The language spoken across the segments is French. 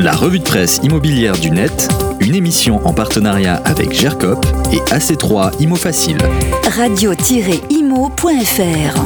La revue de presse immobilière du net, une émission en partenariat avec GERCOP et AC3 Imo Facile. Radio-imo.fr.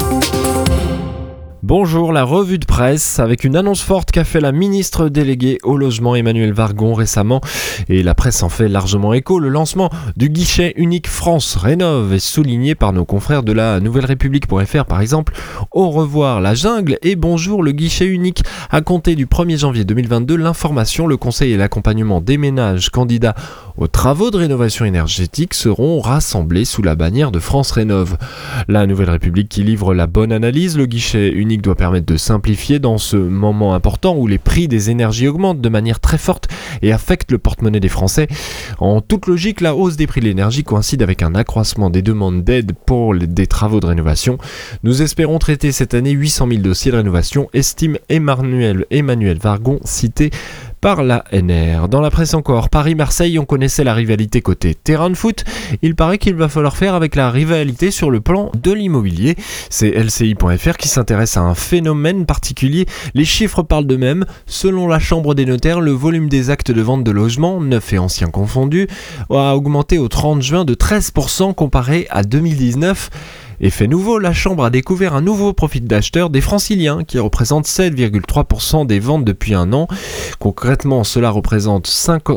Bonjour, la revue de presse avec une annonce forte qu'a fait la ministre déléguée au logement Emmanuelle Wargon récemment, et la presse en fait largement écho. Le lancement du guichet unique France Rénov est souligné par nos confrères de la Nouvelle République.fr par exemple. Au revoir la jungle et bonjour le guichet unique. À compter du 1er janvier 2022, l'information, le conseil et l'accompagnement des ménages candidats aux travaux de rénovation énergétique seront rassemblés sous la bannière de France Rénov. La Nouvelle République qui livre la bonne analyse, le guichet unique doit permettre de simplifier dans ce moment important où les prix des énergies augmentent de manière très forte et affectent le porte-monnaie des Français. En toute logique, la hausse des prix de l'énergie coïncide avec un accroissement des demandes d'aide pour des travaux de rénovation. Nous espérons traiter cette année 800 000 dossiers de rénovation, estime Emmanuelle Wargon, cité par la NR. Dans la presse encore, Paris-Marseille, on connaissait la rivalité côté terrain de foot. Il paraît qu'il va falloir faire avec la rivalité sur le plan de l'immobilier. C'est LCI.fr qui s'intéresse à un phénomène particulier. Les chiffres parlent d'eux-mêmes. Selon la Chambre des notaires, le volume des actes de vente de logements, neufs et anciens confondus, a augmenté au 30 juin de 13% comparé à 2019. Effet nouveau, la Chambre a découvert un nouveau profil d'acheteurs des franciliens qui représente 7,3% des ventes depuis un an. Concrètement, cela représente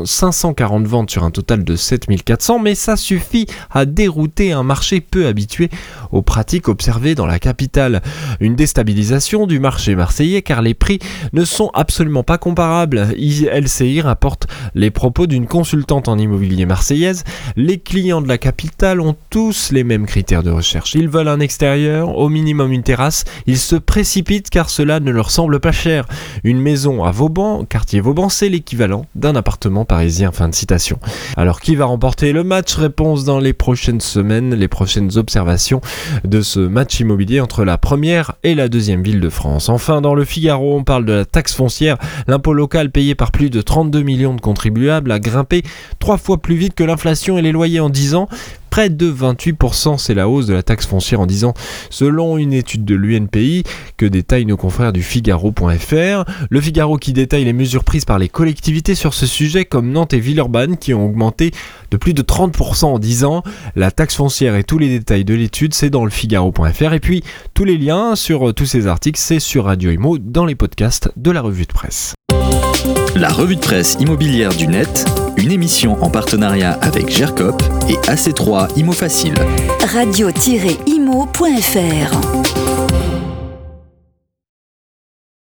540 ventes sur un total de 7400, mais ça suffit à dérouter un marché peu habitué aux pratiques observées dans la capitale. Une déstabilisation du marché marseillais car les prix ne sont absolument pas comparables. LCI rapporte les propos d'une consultante en immobilier marseillaise. Les clients de la capitale ont tous les mêmes critères de recherche. Ils veulent un extérieur, au minimum une terrasse, ils se précipitent car cela ne leur semble pas cher. Une maison à Vauban, quartier Vauban, c'est l'équivalent d'un appartement parisien. Fin de citation. Alors qui va remporter le match ? Réponse dans les prochaines semaines, les prochaines observations de ce match immobilier entre la première et la deuxième ville de France. Enfin, dans le Figaro, on parle de la taxe foncière. L'impôt local payé par plus de 32 millions de contribuables a grimpé 3 fois plus vite que l'inflation et les loyers en 10 ans. Près de 28%, c'est la hausse de la taxe foncière en 10 ans, selon une étude de l'UNPI que détaillent nos confrères du Figaro.fr. Le Figaro qui détaille les mesures prises par les collectivités sur ce sujet, comme Nantes et Villeurbanne, qui ont augmenté de plus de 30% en 10 ans. La taxe foncière et tous les détails de l'étude, c'est dans le Figaro.fr. Et puis, tous les liens sur tous ces articles, c'est sur Radio Imo, dans les podcasts de la revue de presse. La revue de presse immobilière du net, une émission en partenariat avec GERCOP et AC3 Imo Facile. Radio-imo.fr.